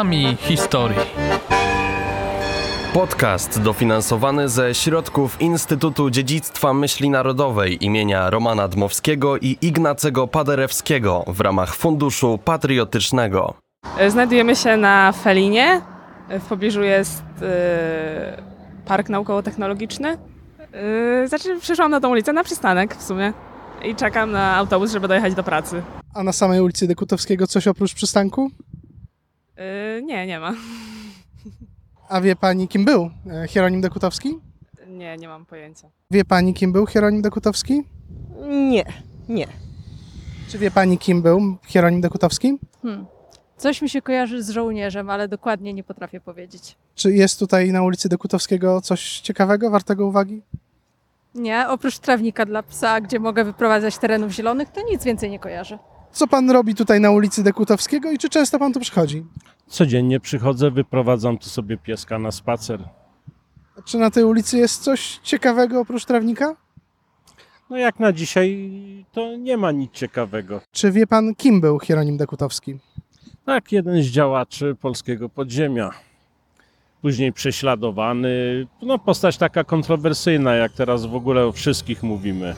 Głosami historii. Podcast dofinansowany ze środków Instytutu Dziedzictwa Myśli Narodowej imienia Romana Dmowskiego i Ignacego Paderewskiego w ramach Funduszu Patriotycznego. Znajdujemy się na Felinie. W pobliżu jest park naukowo-technologiczny. Przyszłam na tą ulicę na przystanek w sumie i czekam na autobus, żeby dojechać do pracy. A na samej ulicy Dekutowskiego coś oprócz przystanku? Nie ma. A wie pani, kim był Hieronim Dekutowski? Nie mam pojęcia. Wie pani, kim był Hieronim Dekutowski? Nie. Czy wie pani, kim był Hieronim Dekutowski? Coś mi się kojarzy z żołnierzem, ale dokładnie nie potrafię powiedzieć. Czy jest tutaj na ulicy Dekutowskiego coś ciekawego, wartego uwagi? Nie, oprócz trawnika dla psa, gdzie mogę wyprowadzać terenów zielonych, to nic więcej nie kojarzę. Co pan robi tutaj na ulicy Dekutowskiego i czy często pan tu przychodzi? Codziennie przychodzę, wyprowadzam tu sobie pieska na spacer. A czy na tej ulicy jest coś ciekawego oprócz trawnika? No jak na dzisiaj to nie ma nic ciekawego. Czy wie pan, kim był Hieronim Dekutowski? Tak, jeden z działaczy polskiego podziemia. Później prześladowany. Postać taka kontrowersyjna, jak teraz w ogóle o wszystkich mówimy.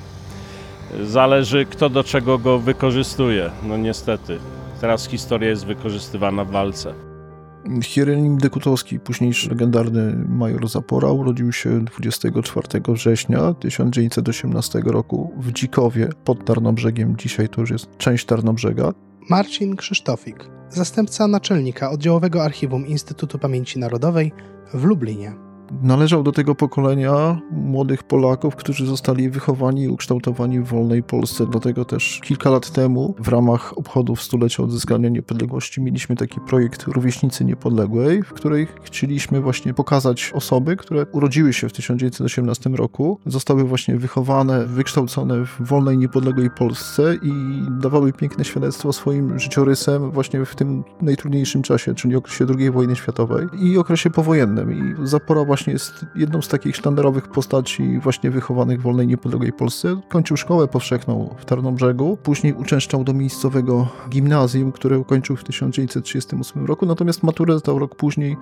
Zależy, kto do czego go wykorzystuje. No niestety. Teraz historia jest wykorzystywana w walce. Hieronim Dekutowski, późniejszy legendarny major Zapora, urodził się 24 września 1918 roku w Dzikowie pod Tarnobrzegiem. Dzisiaj to już jest część Tarnobrzega. Marcin Krzysztofik, zastępca naczelnika oddziałowego archiwum Instytutu Pamięci Narodowej w Lublinie. Należał do tego pokolenia młodych Polaków, którzy zostali wychowani i ukształtowani w wolnej Polsce. Dlatego też kilka lat temu w ramach obchodów stulecia odzyskania niepodległości mieliśmy taki projekt Rówieśnicy Niepodległej, w której chcieliśmy właśnie pokazać osoby, które urodziły się w 1918 roku, zostały właśnie wychowane, wykształcone w wolnej, niepodległej Polsce i dawały piękne świadectwo swoim życiorysem właśnie w tym najtrudniejszym czasie, czyli okresie II wojny światowej i okresie powojennym. I Zapora właśnie jest jedną z takich sztandarowych postaci właśnie wychowanych w wolnej, niepodległej Polsce. Kończył szkołę powszechną w Tarnobrzegu, później uczęszczał do miejscowego gimnazjum, które ukończył w 1938 roku, natomiast maturę zdał rok później, w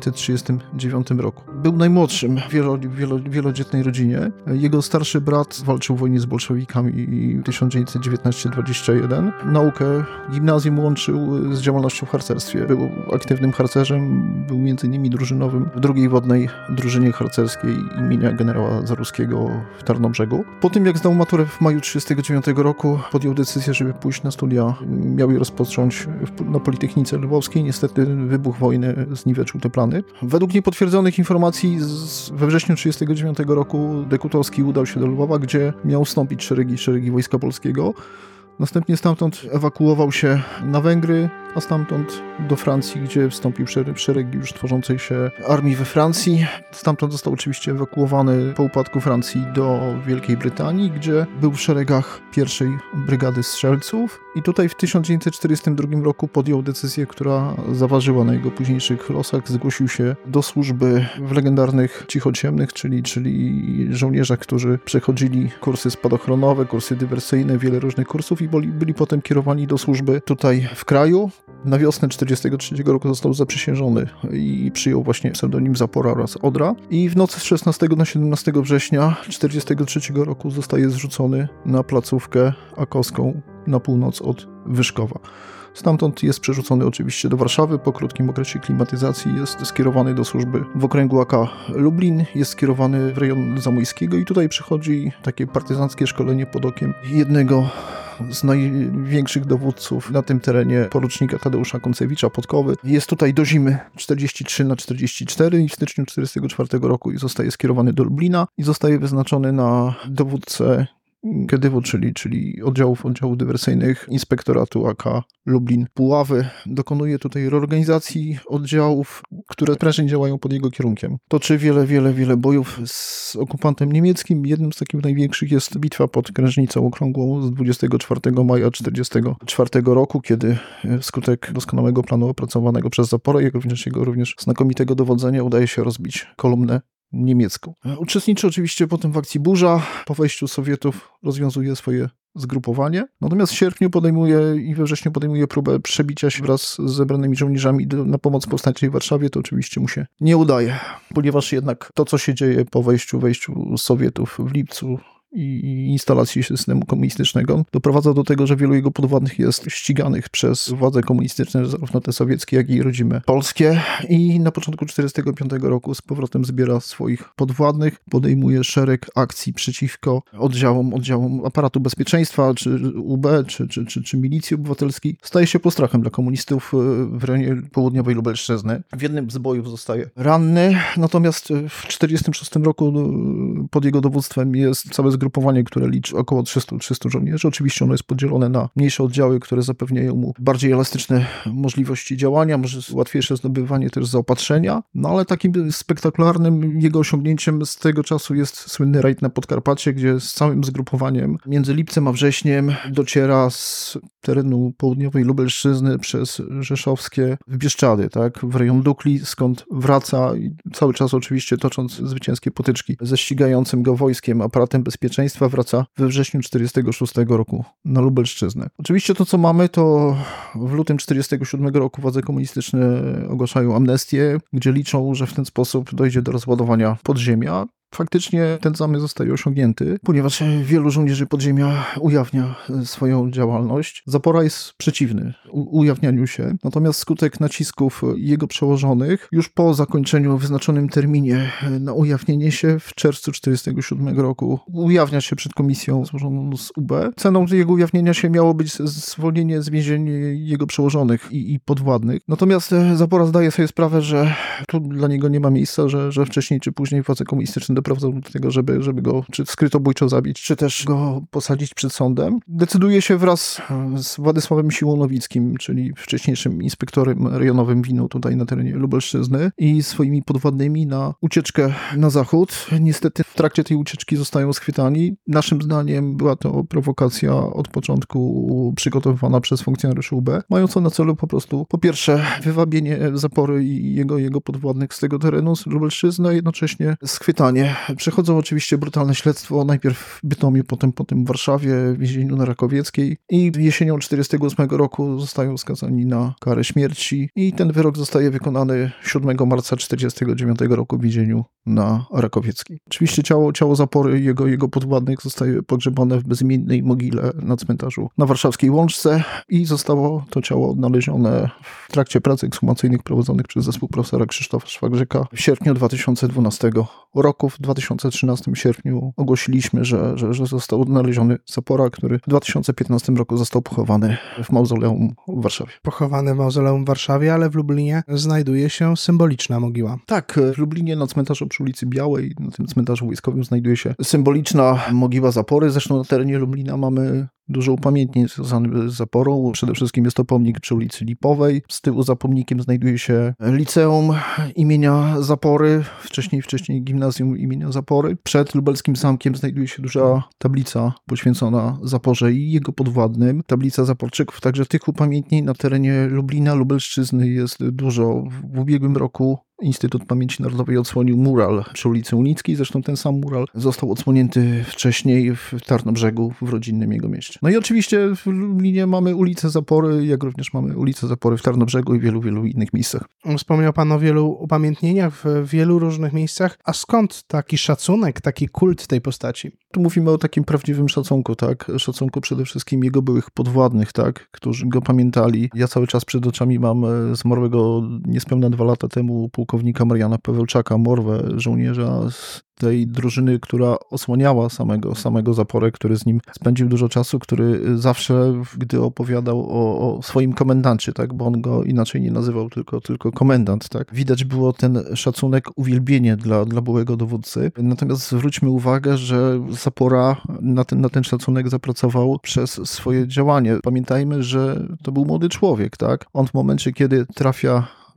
1939 roku. Był najmłodszym w wielodzietnej rodzinie. Jego starszy brat walczył w wojnie z bolszewikami w 1919-21. Naukę gimnazjum łączył z działalnością w harcerstwie. Był aktywnym harcerzem, był m.in. drużynowym w II wodnej drużynie harcerskiej imienia generała Zaruskiego w Tarnobrzegu. Po tym, jak zdał maturę w maju 1939 roku, podjął decyzję, żeby pójść na studia. Miał je rozpocząć na Politechnice Lwowskiej. Niestety wybuch wojny zniweczył te plany. Według niepotwierdzonych informacji we wrześniu 1939 roku Dekutowski udał się do Lwowa, gdzie miał wstąpić szeregi Wojska Polskiego. Następnie stamtąd ewakuował się na Węgry, a stamtąd do Francji, gdzie wstąpił w szeregi już tworzącej się armii we Francji. Stamtąd został oczywiście ewakuowany po upadku Francji do Wielkiej Brytanii, gdzie był w szeregach pierwszej brygady strzelców. I tutaj w 1942 roku podjął decyzję, która zaważyła na jego późniejszych losach. Zgłosił się do służby w legendarnych cichociemnych, czyli żołnierzach, którzy przechodzili kursy spadochronowe, kursy dywersyjne, wiele różnych kursów i byli potem kierowani do służby tutaj w kraju. Na wiosnę 1943 roku został zaprzysiężony i przyjął właśnie pseudonim Zapora oraz Odra. I w nocy z 16 na 17 września 1943 roku zostaje zrzucony na placówkę akowską na północ od Wyszkowa. Stamtąd jest przerzucony oczywiście do Warszawy. Po krótkim okresie klimatyzacji jest skierowany do służby w okręgu AK Lublin. Jest skierowany w rejon Zamojskiego i tutaj przychodzi takie partyzanckie szkolenie pod okiem jednego z największych dowódców na tym terenie, porucznika Tadeusza Koncewicza Podkowy. Jest tutaj do zimy 43/44 i w styczniu 1944 roku zostaje skierowany do Lublina i zostaje wyznaczony na dowódcę KDW, czyli oddziałów dywersyjnych Inspektoratu AK Lublin Puławy. Dokonuje tutaj reorganizacji oddziałów, które prężnie działają pod jego kierunkiem. Toczy wiele bojów z okupantem niemieckim. Jednym z takich największych jest bitwa pod Krężnicą Okrągłą z 24 maja 1944 roku, kiedy wskutek doskonałego planu opracowanego przez Zaporę, jak również jego znakomitego dowodzenia udaje się rozbić kolumnę niemiecką. Uczestniczy oczywiście potem w akcji Burza. Po wejściu Sowietów rozwiązuje swoje zgrupowanie. Natomiast w sierpniu i we wrześniu podejmuje próbę przebicia się wraz z zebranymi żołnierzami na pomoc powstańczej w Warszawie. To oczywiście mu się nie udaje, ponieważ jednak to, co się dzieje po wejściu Sowietów w lipcu i instalacji systemu komunistycznego doprowadza do tego, że wielu jego podwładnych jest ściganych przez władze komunistyczne, zarówno te sowieckie, jak i rodzime polskie. I na początku 1945 roku z powrotem zbiera swoich podwładnych, podejmuje szereg akcji przeciwko oddziałom aparatu bezpieczeństwa, czy UB, czy milicji obywatelskiej. Staje się postrachem dla komunistów w rejonie południowej Lubelszczyzny. W jednym z bojów zostaje ranny, natomiast w 1946 roku pod jego dowództwem jest całe zgrupowanie, które liczy około 300 żołnierzy. Oczywiście ono jest podzielone na mniejsze oddziały, które zapewniają mu bardziej elastyczne możliwości działania, może łatwiejsze zdobywanie też zaopatrzenia, no ale takim spektakularnym jego osiągnięciem z tego czasu jest słynny rajd na Podkarpacie, gdzie z całym zgrupowaniem między lipcem a wrześniem dociera z terenu południowej Lubelszczyzny przez rzeszowskie w Bieszczady, tak, w rejon Dukli, skąd wraca i cały czas oczywiście tocząc zwycięskie potyczki ze ścigającym go wojskiem, aparatem bezpieczeństwa, wraca we wrześniu 1946 roku na Lubelszczyznę. Oczywiście to, co mamy, to w lutym 1947 roku władze komunistyczne ogłaszają amnestię, gdzie liczą, że w ten sposób dojdzie do rozładowania podziemia. Faktycznie ten zamysł zostaje osiągnięty, ponieważ wielu żołnierzy podziemia ujawnia swoją działalność. Zapora jest przeciwny ujawnianiu się, natomiast skutek nacisków jego przełożonych już po zakończeniu w wyznaczonym terminie na ujawnienie się w czerwcu 1947 roku ujawnia się przed komisją złożoną z UB. Ceną jego ujawnienia się miało być zwolnienie z więzień jego przełożonych i podwładnych. Natomiast Zapora zdaje sobie sprawę, że tu dla niego nie ma miejsca, że wcześniej czy później władze komunistyczne doprowadzą do tego, żeby go czy skrytobójczo zabić, czy też go posadzić przed sądem. Decyduje się wraz z Władysławem Siłą-Nowickim, czyli wcześniejszym inspektorem rejonowym WIN-u tutaj na terenie Lubelszczyzny i swoimi podwładnymi na ucieczkę na zachód. Niestety w trakcie tej ucieczki zostają schwytani. Naszym zdaniem była to prowokacja od początku przygotowywana przez funkcjonariuszy UB, mająca na celu po prostu po pierwsze wywabienie Zapory i jego podwładnych z tego terenu, z Lubelszczyzny, a jednocześnie schwytanie. Przechodzą oczywiście brutalne śledztwo, najpierw w Bytomiu, potem w Warszawie, w więzieniu na Rakowieckiej i jesienią 1948 roku zostają skazani na karę śmierci i ten wyrok zostaje wykonany 7 marca 1949 roku w więzieniu na Rakowieckiej. Oczywiście ciało Zapory i jego podwładnych zostaje pogrzebane w bezimiennej mogile na cmentarzu na warszawskiej Łączce i zostało to ciało odnalezione w trakcie prac ekshumacyjnych prowadzonych przez zespół profesora Krzysztofa Szwagrzyka w sierpniu 2012 roku. W 2013 sierpniu ogłosiliśmy, że został odnaleziony Zapora, który w 2015 roku został pochowany w mauzoleum w Warszawie. Pochowany w mauzoleum w Warszawie, ale w Lublinie znajduje się symboliczna mogiła. Tak, w Lublinie na cmentarzu przy ulicy Białej, na tym cmentarzu wojskowym znajduje się symboliczna mogiła Zapory. Zresztą na terenie Lublina mamy dużo upamiętnień związanych z Zaporą. Przede wszystkim jest to pomnik przy ulicy Lipowej. Z tyłu za pomnikiem znajduje się liceum imienia Zapory, wcześniej gimnazjum imienia Zapory. Przed lubelskim zamkiem znajduje się duża tablica poświęcona Zaporze i jego podwładnym. Tablica Zaporczyków. Także tych upamiętnień na terenie Lublina, Lubelszczyzny jest dużo. W ubiegłym roku Instytut Pamięci Narodowej odsłonił mural przy ulicy Ulickiej. Zresztą ten sam mural został odsłonięty wcześniej w Tarnobrzegu, w rodzinnym jego mieście. No i oczywiście w Lublinie mamy ulicę Zapory, jak również mamy ulicę Zapory w Tarnobrzegu i wielu innych miejscach. Wspomniał pan o wielu upamiętnieniach w wielu różnych miejscach. A skąd taki szacunek, taki kult tej postaci? Tu mówimy o takim prawdziwym szacunku, tak? Szacunku przede wszystkim jego byłych podwładnych, tak? Którzy go pamiętali. Ja cały czas przed oczami mam zmarłego niespełna 2 lata temu pułkownika Mariana Pawełczaka, Morwę, żołnierza z tej drużyny, która osłaniała samego Zaporę, który z nim spędził dużo czasu, który zawsze, gdy opowiadał o swoim komendancie, tak, bo on go inaczej nie nazywał, tylko komendant, tak, widać było ten szacunek, uwielbienie dla byłego dowódcy. Natomiast zwróćmy uwagę, że Zapora na ten szacunek zapracował przez swoje działanie. Pamiętajmy, że to był młody człowiek, tak. On w momencie, kiedy trafia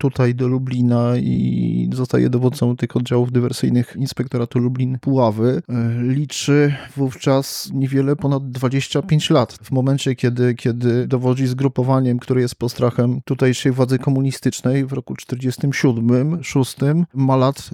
tutaj do Lublina i zostaje dowódcą tych oddziałów dywersyjnych Inspektoratu Lublin-Puławy. Liczy wówczas niewiele ponad 25 lat. W momencie, kiedy dowodzi zgrupowaniem, które jest postrachem tutejszej władzy komunistycznej w roku 47-6, ma lat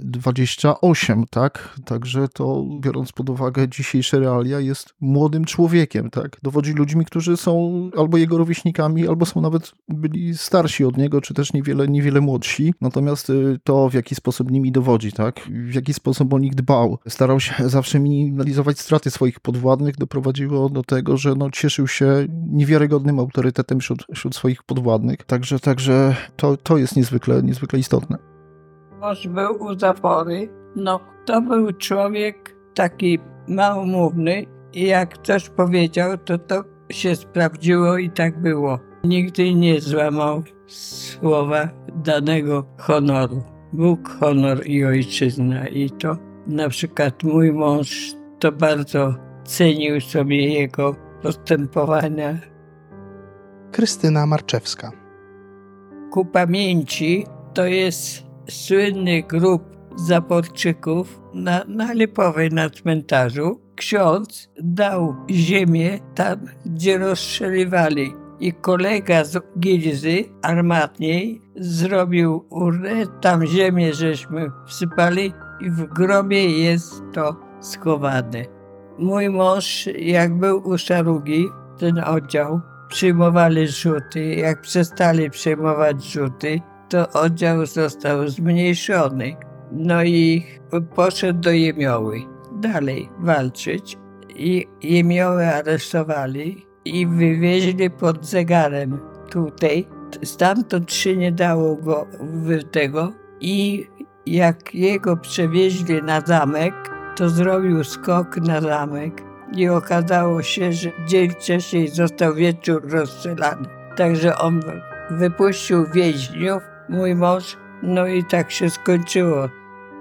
28, tak? Także to, biorąc pod uwagę dzisiejsze realia, jest młodym człowiekiem, tak? Dowodzi ludźmi, którzy są albo jego rówieśnikami, albo są nawet byli starsi od niego, czy też niewiele młodsi. Natomiast to, w jaki sposób nimi dowodzi, tak? W jaki sposób o nich dbał. Starał się zawsze minimalizować straty swoich podwładnych, doprowadziło do tego, że cieszył się niewiarygodnym autorytetem wśród swoich podwładnych. Także to jest niezwykle istotne. Mąż był u zapory. To był człowiek taki małomówny i jak coś powiedział, to się sprawdziło i tak było. Nigdy nie złamał słowa danego honoru. Bóg, honor i ojczyzna. I to na przykład mój mąż to bardzo cenił sobie jego postępowania. Krystyna Marczewska. Ku pamięci to jest słynny grób zaporczyków na Lipowej na cmentarzu. Ksiądz dał ziemię tam, gdzie rozstrzeliwali. I kolega z gilzy armatniej zrobił urnę, tam ziemię żeśmy wsypali i w grobie jest to schowane. Mój mąż, jak był u Szarugi, ten oddział, przyjmowali rzuty. Jak przestali przyjmować rzuty, to oddział został zmniejszony. I poszedł do Jemioły dalej walczyć. I Jemiołę aresztowali i wywieźli pod zegarem tutaj. Stamtąd się nie dało go tego. I jak jego przewieźli na zamek, to zrobił skok na zamek. I okazało się, że dzień wcześniej został wieczór rozstrzelany. Także on wypuścił więźniów, mój mąż, i tak się skończyło.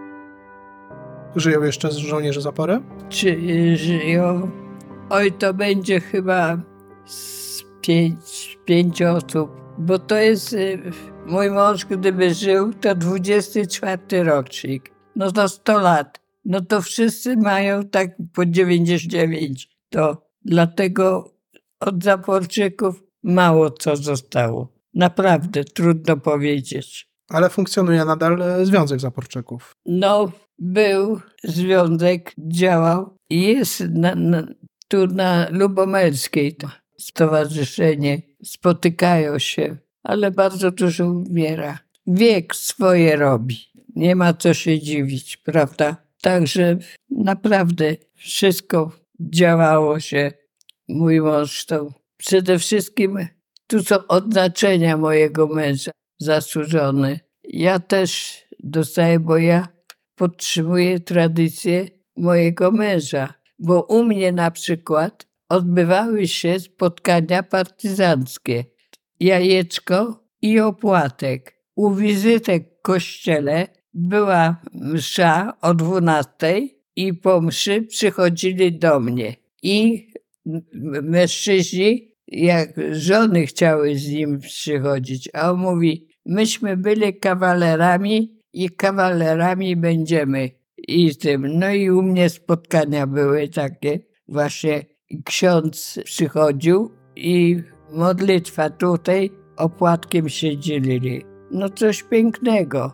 Żyją jeszcze żołnierze zapory? Czy żyją? Oj, to będzie chyba z pięć osób, bo to jest mój mąż, gdyby żył, to 24 rocznik. To 100 lat. To wszyscy mają tak po 99. To dlatego od zaporczyków mało co zostało. Naprawdę trudno powiedzieć. Ale funkcjonuje nadal Związek Zaporczyków. Był związek, działał i jest tu na Lubomerskiej stowarzyszenie. Spotykają się, ale bardzo dużo umiera. Wiek swoje robi. Nie ma co się dziwić, prawda? Także naprawdę wszystko działało się. Mój mąż to przede wszystkim tu są odznaczenia mojego męża zasłużone. Ja też dostaję, bo ja podtrzymuję tradycję mojego męża. Bo u mnie na przykład odbywały się spotkania partyzanckie. Jajeczko i opłatek. U wizytek w kościele była msza o 12:00 i po mszy przychodzili do mnie. I mężczyźni, jak żony chciały z nim przychodzić, a on mówi, myśmy byli kawalerami i kawalerami będziemy. I tym. I u mnie spotkania były takie. Właśnie ksiądz przychodził i modlitwa tutaj, opłatkiem się dzielili. Coś pięknego.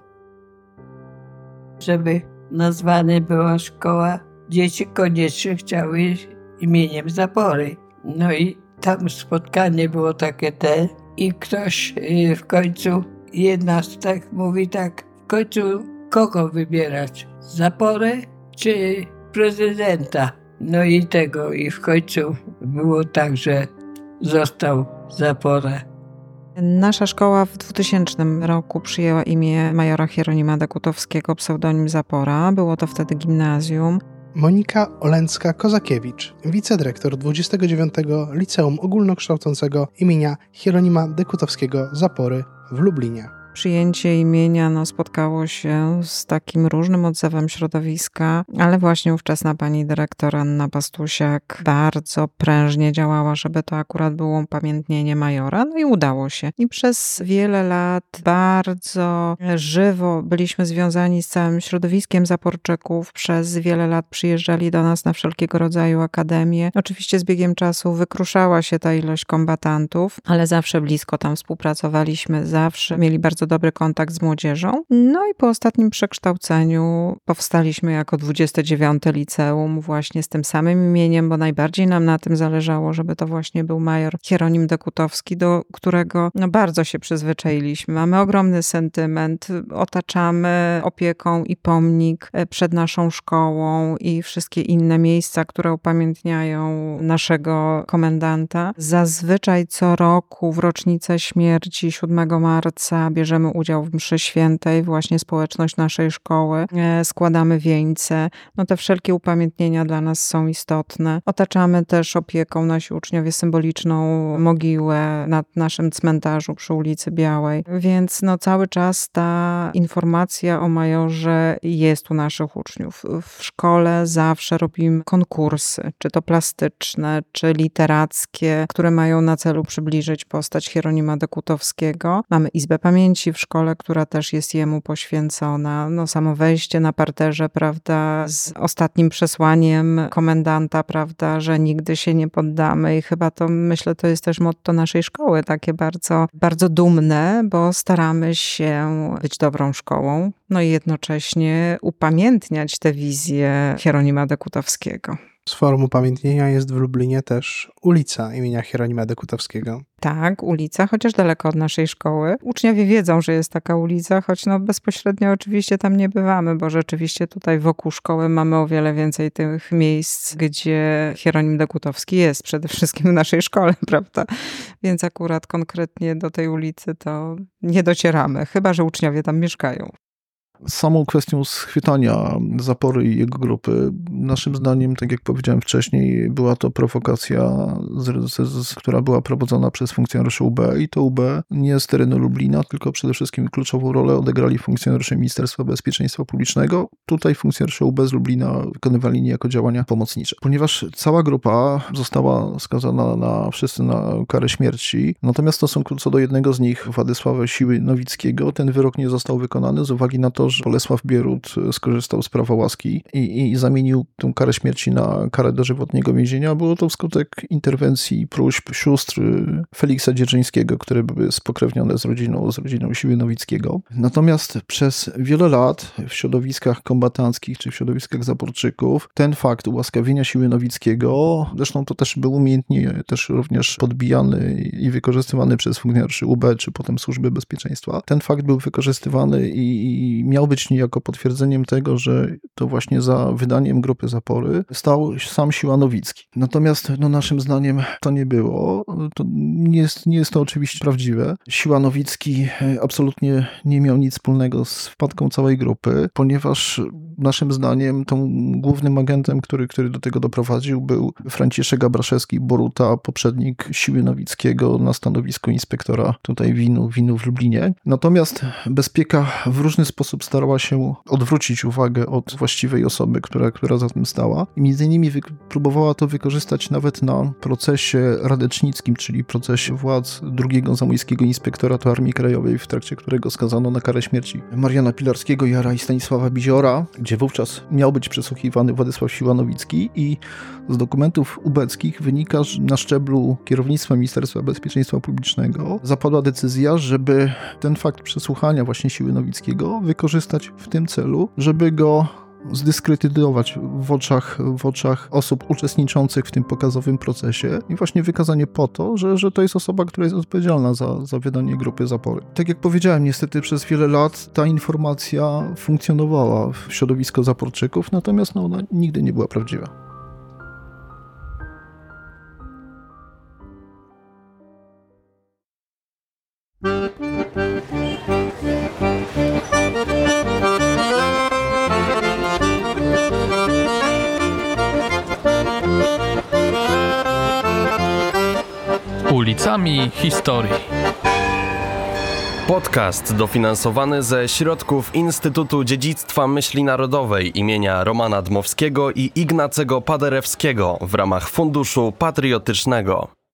Żeby nazwana była szkoła, dzieci koniecznie chciały imieniem Zapory. I tam spotkanie było takie i ktoś w końcu, jedna z mówi tak, w końcu kogo wybierać? Zaporę czy prezydenta? I w końcu było tak, że został Zapora. Nasza szkoła w 2000 roku przyjęła imię majora Hieronima Dekutowskiego, pseudonim Zapora. Było to wtedy gimnazjum. Monika Olęcka-Kozakiewicz, wicedyrektor 29. Liceum Ogólnokształcącego imienia Hieronima Dekutowskiego Zapory w Lublinie. Przyjęcie imienia spotkało się z takim różnym odzewem środowiska, ale właśnie ówczesna pani dyrektor Anna Pastusiak bardzo prężnie działała, żeby to akurat było upamiętnienie majora, i udało się. I przez wiele lat bardzo żywo byliśmy związani z całym środowiskiem Zaporczyków. Przez wiele lat przyjeżdżali do nas na wszelkiego rodzaju akademie. Oczywiście z biegiem czasu wykruszała się ta ilość kombatantów, ale zawsze blisko tam współpracowaliśmy, zawsze mieli bardzo dobry kontakt z młodzieżą. No i po ostatnim przekształceniu powstaliśmy jako 29. liceum właśnie z tym samym imieniem, bo najbardziej nam na tym zależało, żeby to właśnie był major Hieronim Dekutowski, do którego bardzo się przyzwyczailiśmy. Mamy ogromny sentyment, otaczamy opieką i pomnik przed naszą szkołą i wszystkie inne miejsca, które upamiętniają naszego komendanta. Zazwyczaj co roku w rocznicę śmierci 7 marca bierzemy udział w mszy świętej, właśnie społeczność naszej szkoły. Składamy wieńce. Te wszelkie upamiętnienia dla nas są istotne. Otaczamy też opieką nasi uczniowie symboliczną mogiłę na naszym cmentarzu przy ulicy Białej. Więc cały czas ta informacja o majorze jest u naszych uczniów. W szkole zawsze robimy konkursy, czy to plastyczne, czy literackie, które mają na celu przybliżyć postać Hieronima Dekutowskiego. Mamy Izbę Pamięci w szkole, która też jest jemu poświęcona. Samo wejście na parterze, prawda, z ostatnim przesłaniem komendanta, prawda, że nigdy się nie poddamy i chyba to, myślę, to jest też motto naszej szkoły, takie bardzo, bardzo dumne, bo staramy się być dobrą szkołą, i jednocześnie upamiętniać tę wizję Hieronima Dekutowskiego. Z formą upamiętnienia jest w Lublinie też ulica imienia Hieronima Dekutowskiego. Tak, ulica, chociaż daleko od naszej szkoły. Uczniowie wiedzą, że jest taka ulica, choć bezpośrednio oczywiście tam nie bywamy, bo rzeczywiście tutaj wokół szkoły mamy o wiele więcej tych miejsc, gdzie Hieronim Dekutowski jest przede wszystkim w naszej szkole, prawda? Więc akurat konkretnie do tej ulicy to nie docieramy, chyba że uczniowie tam mieszkają. Samą kwestią schwytania Zapory i jego grupy, naszym zdaniem, tak jak powiedziałem wcześniej, była to prowokacja, która była prowadzona przez funkcjonariuszy UB i to UB nie z terenu Lublina, tylko przede wszystkim kluczową rolę odegrali funkcjonariusze Ministerstwa Bezpieczeństwa Publicznego. Tutaj funkcjonariusze UB z Lublina wykonywali niejako działania pomocnicze. Ponieważ cała grupa została skazana wszyscy na karę śmierci, natomiast w stosunku co do jednego z nich, Władysława Siły Nowickiego, ten wyrok nie został wykonany z uwagi na to, że Bolesław Bierut skorzystał z prawa łaski i zamienił tę karę śmierci na karę dożywotniego więzienia. Było to wskutek interwencji próśb sióstr Feliksa Dzierżyńskiego, które były spokrewnione z rodziną Siły Nowickiego. Natomiast przez wiele lat w środowiskach kombatanckich czy w środowiskach Zaporczyków ten fakt ułaskawienia Siły Nowickiego, zresztą to też był umiejętnie też również podbijany i wykorzystywany przez funkcjonariuszy UB czy potem Służby Bezpieczeństwa. Ten fakt był wykorzystywany i miał być niejako potwierdzeniem tego, że to właśnie za wydaniem grupy Zapory stał sam Siła Nowicki. Natomiast naszym zdaniem to nie było. To nie jest to oczywiście prawdziwe. Siła Nowicki absolutnie nie miał nic wspólnego z wpadką całej grupy, ponieważ naszym zdaniem tą głównym agentem, który do tego doprowadził, był Franciszek Abraszewski-Boruta, poprzednik Siły Nowickiego na stanowisku inspektora tutaj winu w Lublinie. Natomiast bezpieka w różny sposób starała się odwrócić uwagę od właściwej osoby, która za tym stała. I między innymi próbowała to wykorzystać nawet na procesie radecznickim, czyli procesie władz drugiego zamojskiego inspektoratu Armii Krajowej, w trakcie którego skazano na karę śmierci Mariana Pilarskiego-Jara i Stanisława Biziora, gdzie wówczas miał być przesłuchiwany Władysław Siła Nowicki i z dokumentów ubeckich wynika, że na szczeblu kierownictwa Ministerstwa Bezpieczeństwa Publicznego zapadła decyzja, żeby ten fakt przesłuchania właśnie Siły Nowickiego wykorzystać w tym celu, żeby go zdyskredytować w oczach osób uczestniczących w tym pokazowym procesie i właśnie wykazanie po to, że to jest osoba, która jest odpowiedzialna za wydanie grupy Zapory. Tak jak powiedziałem, niestety przez wiele lat ta informacja funkcjonowała w środowisku Zaporczyków, natomiast ona nigdy nie była prawdziwa. Ulicami historii. Podcast dofinansowany ze środków Instytutu Dziedzictwa Myśli Narodowej imienia Romana Dmowskiego i Ignacego Paderewskiego w ramach Funduszu Patriotycznego.